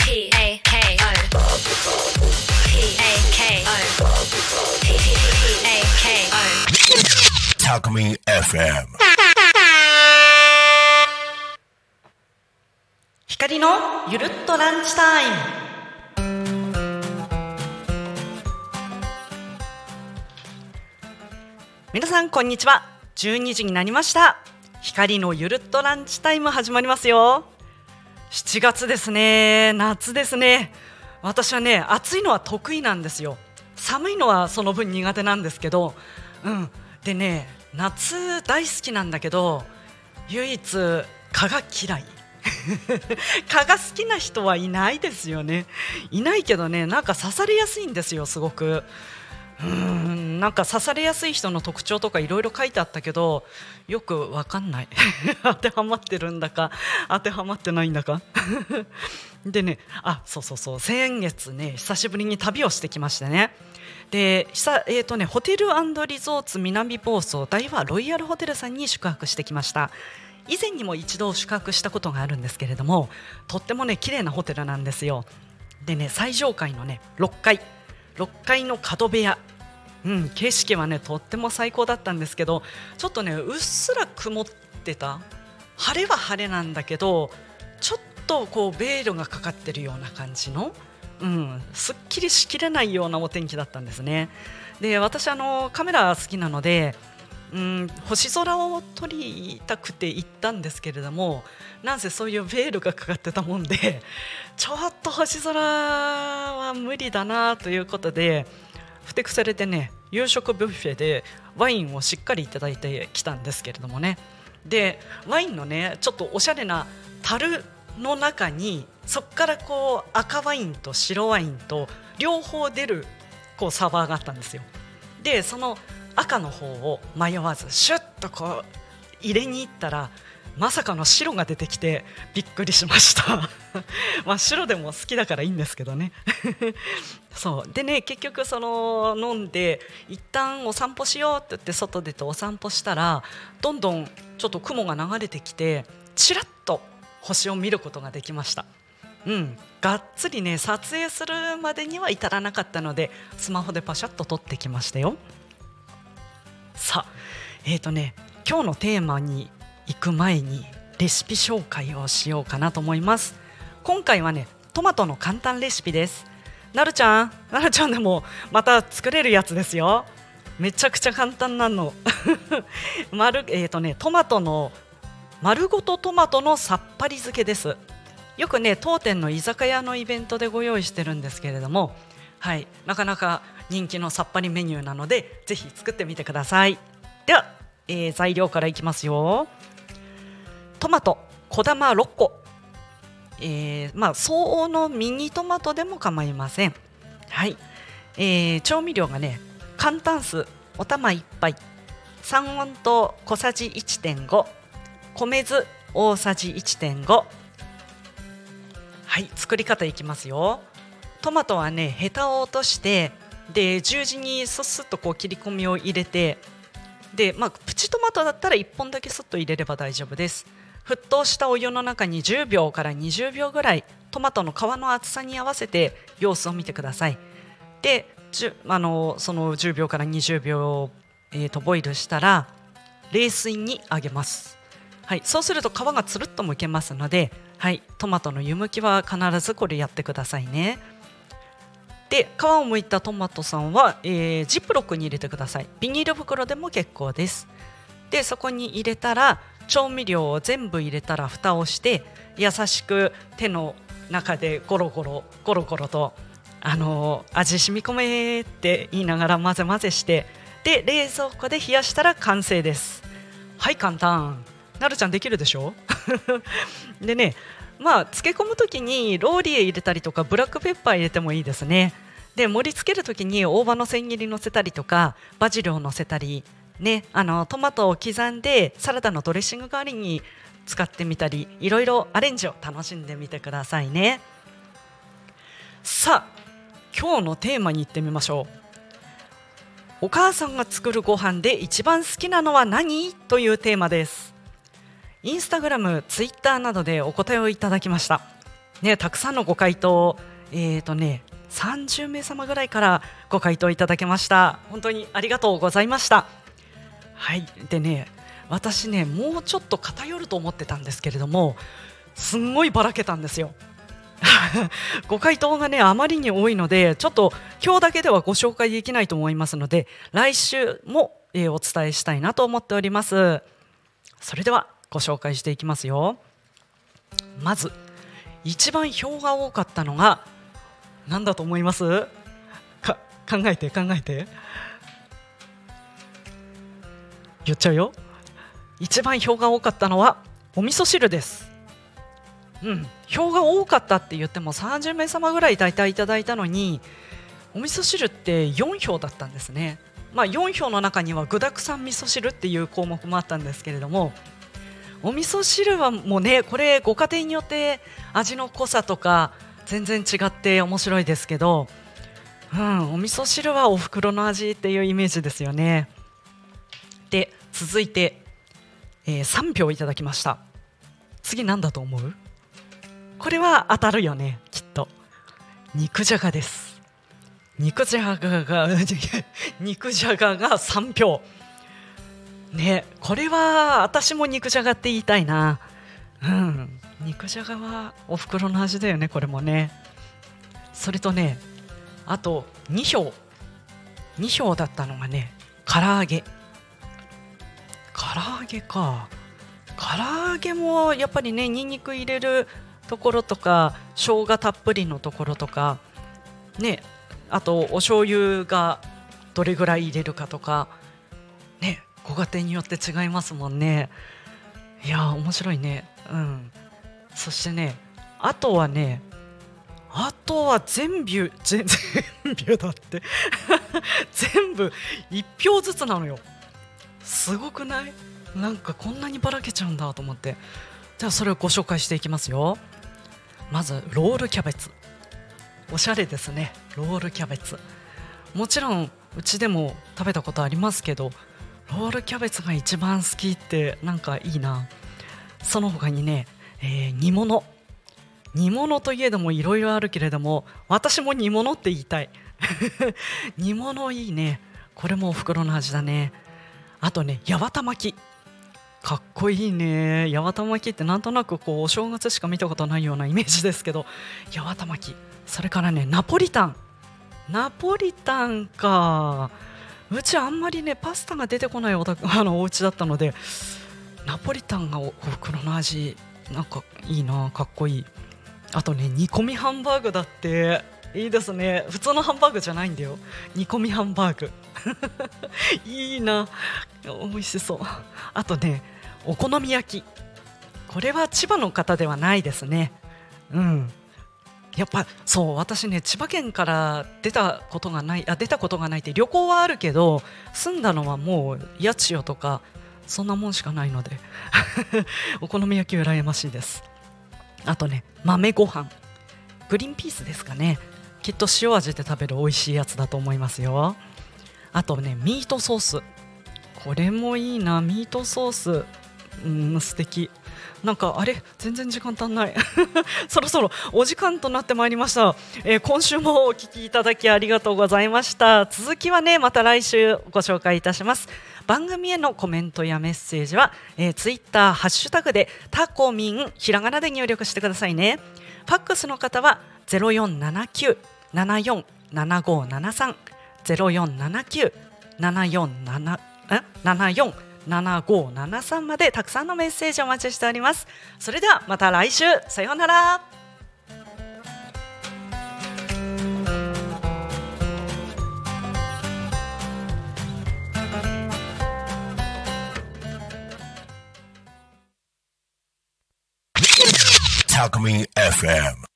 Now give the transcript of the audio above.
タコミ FM 光のゆるっとランチタイム。皆さんこんにちは。12時になりました。光のゆるっとランチタイム始まりますよ。7月ですね。夏ですね。私はね、暑いのは得意なんですよ。寒いのはその分苦手なんですけど、でね、夏大好きなんだけど、唯一蚊が嫌い蚊が好きな人はいないですよね。いないけどね、なんか刺されやすいんですよ、すごく。なんか刺されやすい人の特徴とかいろいろ書いてあったけど、よくわかんない当てはまってるんだか当てはまってないんだかでね、そう先月ね、久しぶりに旅をしてきましてね。で、ホテル&リゾーツ南房総大和ロイヤルホテルさんに宿泊してきました。以前にも一度宿泊したことがあるんですけれども、とってもね綺麗なホテルなんですよ。でね、最上階のね6階の角部屋、景色はねとっても最高だったんですけど、ちょっとねうっすら曇ってた。晴れは晴れなんだけど、ちょっとこうベールがかかってるような感じの、すっきりしきれないようなお天気だったんですね。で、私カメラ好きなので、星空を撮りたくて行ったんですけれども、なんせそういうベールがかかってたもんで、ちょっと星空は無理だなということで、ふてくされてね、夕食ブッフェでワインをしっかりいただいてきたんですけれどもね。で、ワインのねちょっとおしゃれな樽の中に、そこからこう赤ワインと白ワインと両方出るこうサーバーがあったんですよ。で、その赤の方を迷わずシュッとこう入れに行ったら、まさかの白が出てきてびっくりしました白でも好きだからいいんですけどねそうでね、結局飲んで一旦お散歩しようって言って外出てお散歩したら、どんどんちょっと雲が流れてきて、ちらっと星を見ることができました。がっつりね撮影するまでには至らなかったので、スマホでパシャッと撮ってきましたよ。さあ、今日のテーマに行く前にレシピ紹介をしようかなと思います。今回はね、トマトの簡単レシピです。なるちゃんでもまた作れるやつですよ。めちゃくちゃ簡単なのトマトの丸ごとトマトのさっぱり漬けです。よくね、当店の居酒屋のイベントでご用意してるんですけれども、なかなか人気のさっぱりメニューなので、ぜひ作ってみてください。では、材料からいきますよ。トマト小玉6個、相応のミニトマトでも構いません。調味料がね、簡単酢お玉1杯、三温糖小さじ 1.5、 米酢大さじ 1.5。 作り方いきますよ。トマトはね、ヘタを落として、で十字にスッとこう切り込みを入れて、で、プチトマトだったら1本だけスッと入れれば大丈夫です。沸騰したお湯の中に10秒から20秒ぐらい、トマトの皮の厚さに合わせて様子を見てください。で、その10秒から20秒、ボイルしたら冷水にあげます。そうすると皮がつるっと剥けますので、トマトの湯むきは必ずこれやってくださいね。で、皮を剥いたトマトさんは、ジップロックに入れてください。ビニール袋でも結構です。で、そこに入れたら、調味料を全部入れたら蓋をして、優しく手の中でゴロゴロと味染み込めって言いながら混ぜ混ぜして、で冷蔵庫で冷やしたら完成です。簡単。なるちゃんできるでしょでね、漬け込むときにローリエ入れたりとかブラックペッパー入れてもいいですね。で、盛り付けるときに大葉の千切り乗せたりとか、バジルを乗せたりね、トマトを刻んでサラダのドレッシング代わりに使ってみたり、いろいろアレンジを楽しんでみてくださいね。さあ、今日のテーマに行ってみましょう。お母さんが作るご飯で一番好きなのは何？というテーマです。インスタグラム、ツイッターなどでお答えをいただきました。 ね、たくさんのご回答、30名様ぐらいからご回答いただけました。本当にありがとうございました。はい。でね、私ね、もうちょっと偏ると思ってたんですけれども、すんごいばらけたんですよ。ご回答がね、あまりに多いので、ちょっと今日だけではご紹介できないと思いますので、来週も、お伝えしたいなと思っております。それではご紹介していきますよ。まず一番票が多かったのが何だと思います？考えて言っちゃうよ。一番票が多かったのはお味噌汁です。票が多かったって言っても30名様ぐらい大体いただいたのに、お味噌汁って4票だったんですね。4票の中には具沢山味噌汁っていう項目もあったんですけれども、お味噌汁はもうね、これご家庭によって味の濃さとか全然違って面白いですけど、お味噌汁はお袋の味っていうイメージですよね。で、続いて、3票いただきました。次何だと思う？これは当たるよね、きっと。肉じゃがです。肉じゃがが3票ね。これは私も肉じゃがって言いたいな。肉じゃがはお袋の味だよね、これもね。それとね、あと2票だったのがね、唐揚げか。唐揚げもやっぱりね、ニンニク入れるところとか生姜たっぷりのところとかね、あとお醤油がどれぐらい入れるかとかね、ご家庭によって違いますもんね。いや面白いね。そしてね、あとは全部だって全部1票ずつなのよ。すごくない？なんかこんなにばらけちゃうんだと思って。じゃあそれをご紹介していきますよ。まずロールキャベツ、おしゃれですね。ロールキャベツ、もちろんうちでも食べたことありますけど、ロールキャベツが一番好きってなんかいいな。その他にね、煮物といえどもいろいろあるけれども、私も煮物って言いたい煮物いいね。これもお袋の味だね。あとね、八幡巻き、かっこいいね。八幡巻きってなんとなくこうお正月しか見たことないようなイメージですけど、八幡巻き。それからね、ナポリタンか。うちあんまりねパスタが出てこないお家だったので、ナポリタンがお袋の味、なんかいいな、かっこいい。あとね、煮込みハンバーグだって。いいですね。普通のハンバーグじゃないんだよ、煮込みハンバーグいいな、美味しそう。あとね、お好み焼き、これは千葉の方ではないですね。やっぱそう、私ね、千葉県から出たことがないって、旅行はあるけど住んだのはもう八千代とかそんなもんしかないのでお好み焼き羨ましいです。あとね、豆ご飯、グリーンピースですかね。きっと塩味で食べる美味しいやつだと思いますよ。あとね、ミートソース、これもいいな。ミートソース、素敵。なんかあれ、全然時間足んないそろそろお時間となってまいりました。今週もお聞きいただきありがとうございました。続きはね、また来週ご紹介いたします。番組へのコメントやメッセージは、ツイッターハッシュタグでタコミン、ひらがなで入力してくださいね。ファックスの方は 0479-747573 0479-747573までたくさんのメッセージをお待ちしております。それではまた来週、さようなら。 Talk Me FM